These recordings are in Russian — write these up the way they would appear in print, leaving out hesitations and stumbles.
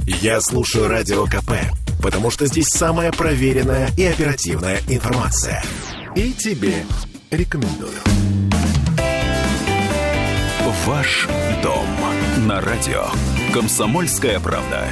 Я слушаю Радио КП, потому что здесь самая проверенная и оперативная информация. И тебе рекомендую. Ваш дом на радио «Комсомольская правда».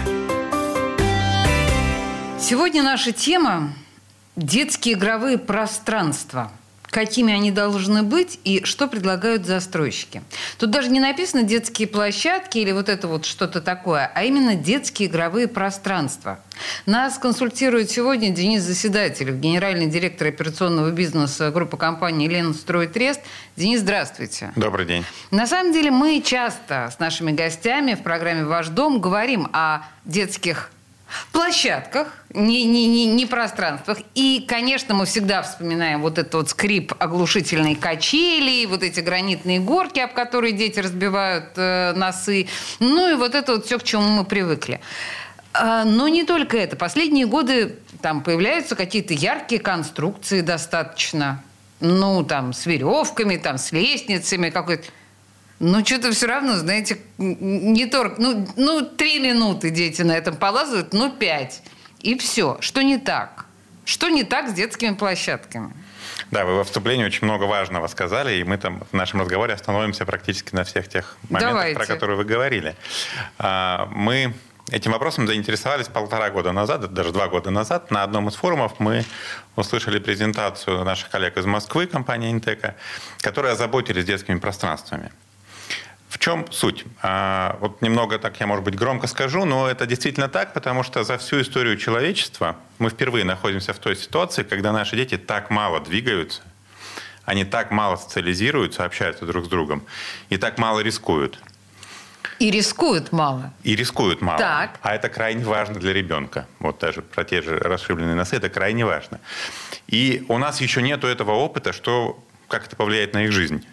Сегодня наша тема – детские игровые пространства. Какими они должны быть и что предлагают застройщики. Тут даже не написано детские площадки или вот это вот что-то такое, а именно детские игровые пространства. Нас консультирует сегодня Денис Заседателев, генеральный директор операционного бизнеса группы компании «Ленстройтрест». Денис, здравствуйте. Добрый день. На самом деле мы часто с нашими гостями в программе «Ваш дом» говорим о детских площадках, не пространствах. И, конечно, мы всегда вспоминаем вот этот вот скрип оглушительной качели, вот эти гранитные горки, об которые дети разбивают носы. Ну и вот это вот все, к чему мы привыкли. Но не только это. Последние годы там появляются какие-то яркие конструкции достаточно. Ну, там, с веревками, там, с лестницами какой-то. Но что-то все равно, знаете, не торг. Ну, 3 минуты дети на этом полазают, 5. И все. Что не так? Что не так с детскими площадками? Да, вы во вступлении очень много важного сказали, и мы там в нашем разговоре остановимся практически на всех тех моментах, про которые вы говорили. Мы этим вопросом заинтересовались 1,5 года назад, даже 2 года назад. На одном из форумов мы услышали презентацию наших коллег из Москвы, компании «Интека», которые озаботились детскими пространствами. В чем суть? Вот немного так я, может быть, громко скажу, но это действительно так, потому что за всю историю человечества мы впервые находимся в той ситуации, когда наши дети так мало двигаются, они так мало социализируются, общаются друг с другом и так мало рискуют. И рискуют мало. И рискуют мало. Так. А это крайне важно для ребенка. Вот даже про те же расшибленные носы, это крайне важно. И у нас еще нету этого опыта, как это повлияет на их жизнь.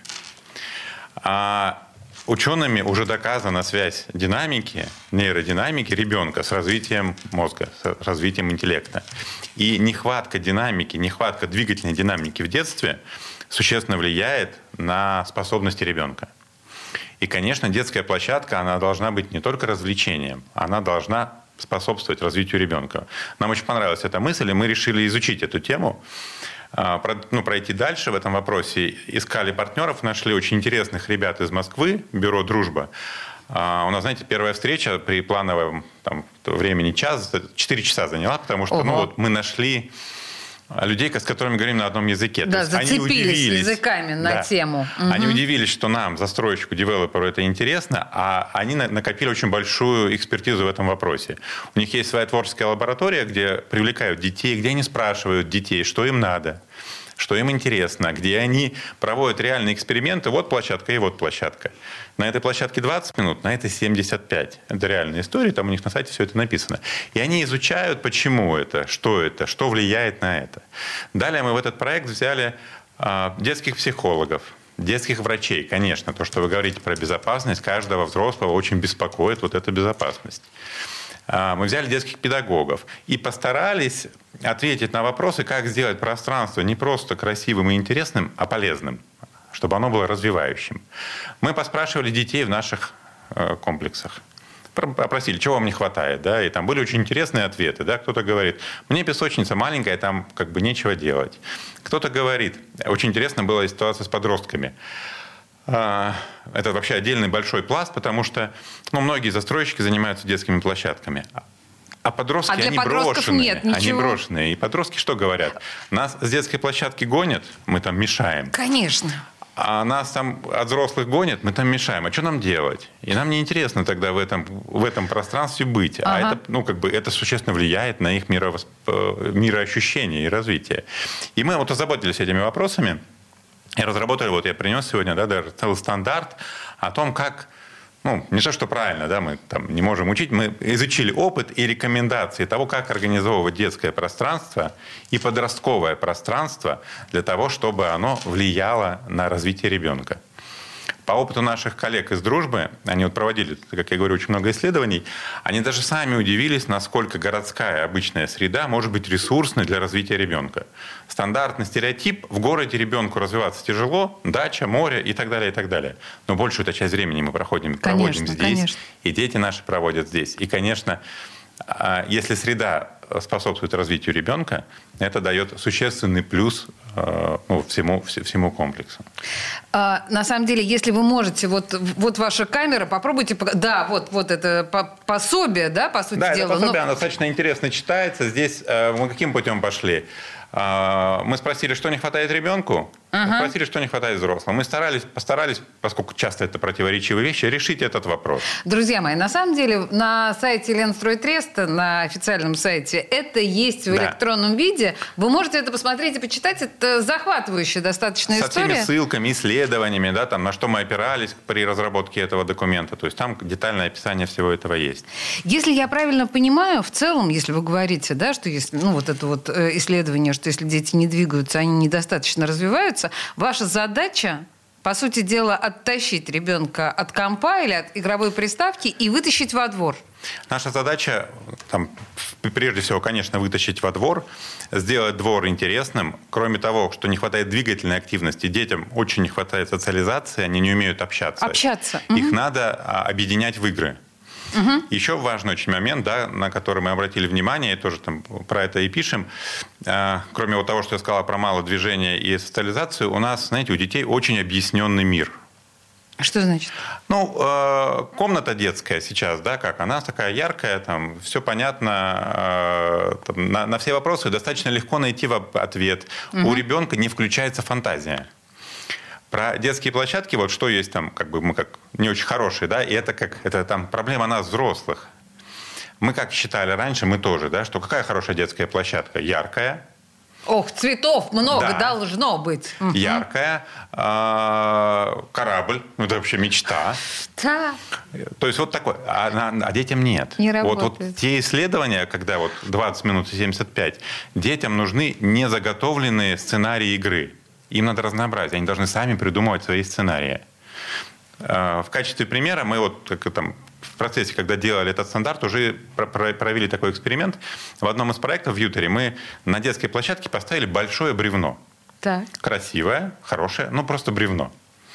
Учеными уже доказана связь динамики, нейродинамики ребенка с развитием мозга, с развитием интеллекта. И нехватка динамики, нехватка двигательной динамики в детстве существенно влияет на способности ребенка. И, конечно, детская площадка, она должна быть не только развлечением, она должна способствовать развитию ребенка. Нам очень понравилась эта мысль, и мы решили изучить эту тему, пройти дальше в этом вопросе. Искали партнеров, нашли очень интересных ребят из Москвы, бюро «Дружба». У нас, знаете, первая встреча при плановом времени 4 часа заняла, потому что мы нашли людей, с которыми говорим на одном языке. Да, зацепились языками на тему. Они удивились, что нам, застройщику, девелоперу, это интересно, а они накопили очень большую экспертизу в этом вопросе. У них есть своя творческая лаборатория, где привлекают детей, где они спрашивают детей, что им надо, что им интересно, где они проводят реальные эксперименты. Вот площадка и вот площадка. На этой площадке 20 минут, на этой 75. Это реальная история, там у них на сайте все это написано. И они изучают, почему это, что влияет на это. Далее мы в этот проект взяли детских психологов, детских врачей. Конечно, то, что вы говорите про безопасность, каждого взрослого очень беспокоит вот эта безопасность. Мы взяли детских педагогов и постарались ответить на вопросы, как сделать пространство не просто красивым и интересным, а полезным, чтобы оно было развивающим. Мы поспрашивали детей в наших комплексах. Опросили, чего вам не хватает, да, и там были очень интересные ответы, да, кто-то говорит, мне песочница маленькая, там как бы нечего делать. Кто-то говорит, очень интересно была ситуация с подростками. Это вообще отдельный большой пласт, потому что многие застройщики занимаются детскими площадками. А подростки, они брошенные. Нет, ничего. Они брошенные. И подростки что говорят? Нас с детской площадки гонят, мы там мешаем. Конечно. А нас там от взрослых гонят, мы там мешаем. А что нам делать? И нам неинтересно тогда в этом пространстве быть. А это существенно влияет на их мироощущение и развитие. И мы озаботились этими вопросами. И разработали, я принес сегодня, даже целый стандарт о том, как, не то, что правильно, мы там не можем учить, мы изучили опыт и рекомендации того, как организовывать детское пространство и подростковое пространство для того, чтобы оно влияло на развитие ребенка. По опыту наших коллег из «Дружбы», они вот проводили, как я говорю, очень много исследований, они даже сами удивились, насколько городская обычная среда может быть ресурсной для развития ребенка. Стандартный стереотип: в городе ребенку развиваться тяжело, дача, море и так далее, и так далее. Но большую-то часть времени мы проводим здесь, конечно. И дети наши проводят здесь. И, конечно, если среда способствует развитию ребенка, это дает существенный плюс всему комплексу. На самом деле, если вы можете, вот ваша камера, попробуйте... Да, вот это пособие, да, по сути дела. Да, это пособие, оно достаточно интересно читается. Здесь мы каким путем пошли? Мы спросили, что не хватает ребенку, спросили, что не хватает взрослым. Мы постарались, поскольку часто это противоречивые вещи, решить этот вопрос. Друзья мои, на самом деле на сайте Ленстройтреста, на официальном сайте, это есть в электронном виде. Вы можете это посмотреть и почитать. Это захватывающая достаточно история. Со всеми ссылками, исследованиями, да, там, на что мы опирались при разработке этого документа. То есть там детальное описание всего этого есть. Если я правильно понимаю, в целом, если вы говорите, да, что если, вот это вот исследование, что если дети не двигаются, они недостаточно развиваются, ваша задача, по сути дела, оттащить ребенка от компа или от игровой приставки и вытащить во двор. Наша задача, прежде всего, конечно, вытащить во двор, сделать двор интересным. Кроме того, что не хватает двигательной активности, детям очень не хватает социализации, они не умеют общаться. Их надо объединять в игры. Еще важный очень момент, да, на который мы обратили внимание, и тоже там про это и пишем. Кроме вот того, что я сказал про малое движение и социализацию, у нас, знаете, у детей очень объясненный мир. Что значит? Комната детская сейчас, да, как? Она такая яркая, там, все понятно, на все вопросы достаточно легко найти ответ. У ребенка не включается фантазия. Про детские площадки, вот что есть там, мы не очень хорошие, да, и это там проблема нас, взрослых. Мы как считали раньше, мы тоже, да, что какая хорошая детская площадка? Яркая. Ох, цветов много должно быть. Яркая, корабль, это вообще мечта. Да. То есть вот такой, а детям нет. Не вот те исследования, когда 20 минут и 75, детям нужны незаготовленные сценарии игры. Им надо разнообразие, они должны сами придумывать свои сценарии. В качестве примера мы в процессе, когда делали этот стандарт, уже провели такой эксперимент. В одном из проектов в Ютере мы на детской площадке поставили большое бревно. Так. Красивое, хорошее, просто бревно.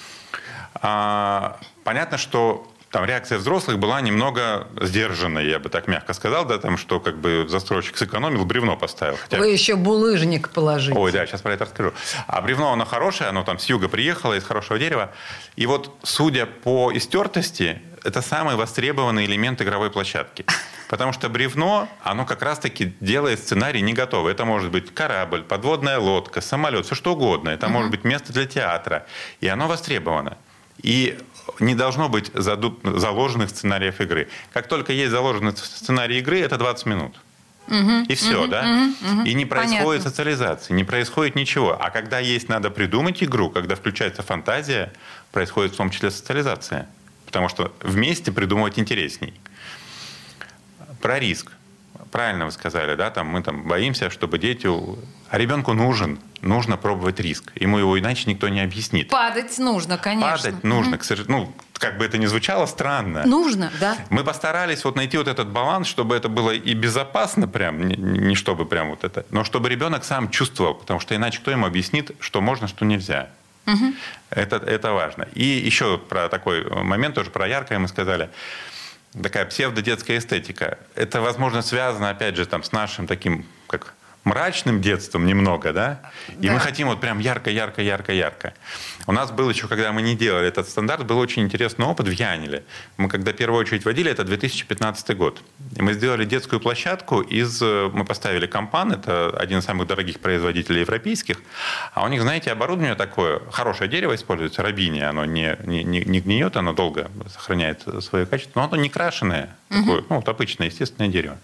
Понятно, что там реакция взрослых была немного сдержанной, я бы так мягко сказал, да, там, что застройщик сэкономил, бревно поставил. Вы еще булыжник положите. Ой, да, сейчас про это расскажу. А бревно, оно хорошее, оно там с юга приехало, из хорошего дерева. И судя по истертости, это самый востребованный элемент игровой площадки. Потому что бревно, оно как раз-таки делает сценарий не готовый. Это может быть корабль, подводная лодка, самолет, все что угодно. Это может быть место для театра. И оно востребовано. И не должно быть заложенных сценариев игры. Как только есть заложенный сценарий игры, это 20 минут. И все, да? И не происходит социализации, не происходит ничего. А когда надо придумать игру, когда включается фантазия, происходит в том числе социализация. Потому что вместе придумывать интересней. Про риск. Правильно вы сказали, да? Мы боимся, чтобы дети... А ребенку нужно пробовать риск. Ему его иначе никто не объяснит. Падать нужно, конечно. Падать нужно. Как бы это ни звучало, странно. Нужно, да. Мы постарались найти этот баланс, чтобы это было и безопасно, прям, не чтобы прям это, но чтобы ребенок сам чувствовал, потому что иначе кто ему объяснит, что можно, что нельзя. Это важно. И еще про такой момент, тоже про яркое мы сказали. Такая псевдодетская эстетика. Это, возможно, связано, опять же, с нашим таким, мрачным детством немного, да? И мы хотим прям ярко. У нас был еще, когда мы не делали этот стандарт, был очень интересный опыт в Янеле. Мы, когда в первую очередь водили, это 2015 год. И мы сделали детскую площадку мы поставили Компан, это один из самых дорогих производителей европейских. А у них, знаете, оборудование такое, хорошее дерево используется, робиния, оно не гниет, оно долго сохраняет свое качество, но оно не крашеное, такое, обычное, естественное дерево.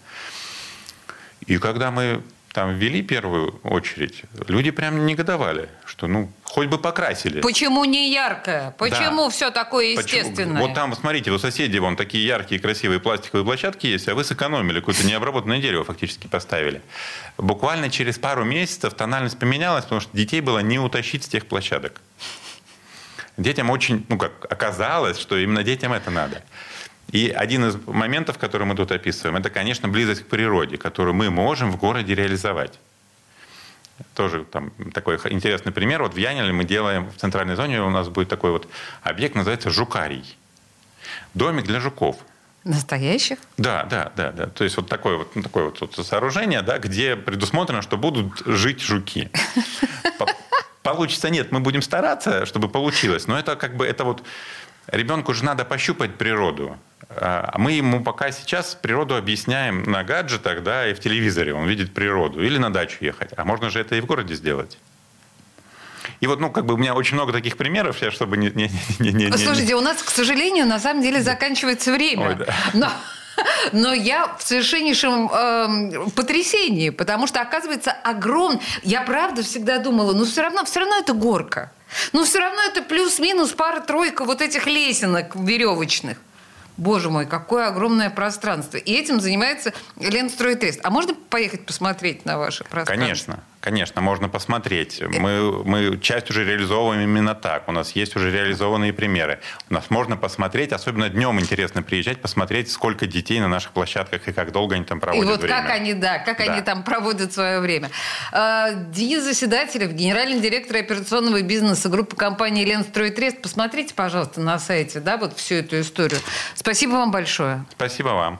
И когда мы ввели первую очередь, люди прям негодовали, что хоть бы покрасили. Почему не яркое? Почему все такое естественное? Вот там, смотрите, у соседей такие яркие, красивые пластиковые площадки есть, а вы сэкономили, какое-то необработанное дерево фактически поставили. Буквально через пару месяцев тональность поменялась, потому что детей было не утащить с тех площадок. детям очень, оказалось, что именно детям это надо. И один из моментов, который мы тут описываем, это, конечно, близость к природе, которую мы можем в городе реализовать. Тоже там такой интересный пример. Вот в Янеле мы делаем, в центральной зоне у нас будет такой вот объект, называется «Жукарий». Домик для жуков. Настоящих? Да. То есть вот такое вот сооружение, да, где предусмотрено, что будут жить жуки. Получится нет, мы будем стараться, чтобы получилось, но это это вот ребенку же надо пощупать природу. А мы ему пока сейчас природу объясняем на гаджетах, да, и в телевизоре он видит природу. Или на дачу ехать. А можно же это и в городе сделать. И вот, у меня очень много таких примеров, чтобы не... Слушайте, у нас, к сожалению, на самом деле заканчивается время. Ой, да. Но я в совершеннейшем потрясении, потому что, оказывается, Я правда всегда думала, все равно это горка. Все равно это плюс-минус пара-тройка вот этих лесенок веревочных. Боже мой, какое огромное пространство. И этим занимается Ленстрой-Трест. А можно поехать посмотреть на ваше пространство? Конечно, можно посмотреть. Мы часть уже реализовываем именно так. У нас есть уже реализованные примеры. У нас можно посмотреть, особенно днем интересно приезжать, посмотреть, сколько детей на наших площадках и как долго они там проводят время. И вот как они там проводят свое время. Денис Заседателев, генеральный директор операционного бизнеса группы компании Ленстрой-Трест. Посмотрите, пожалуйста, на сайте, вот всю эту историю. Спасибо вам большое. Спасибо вам.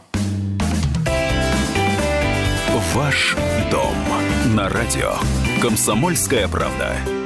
Ваш дом на радио «Комсомольская правда».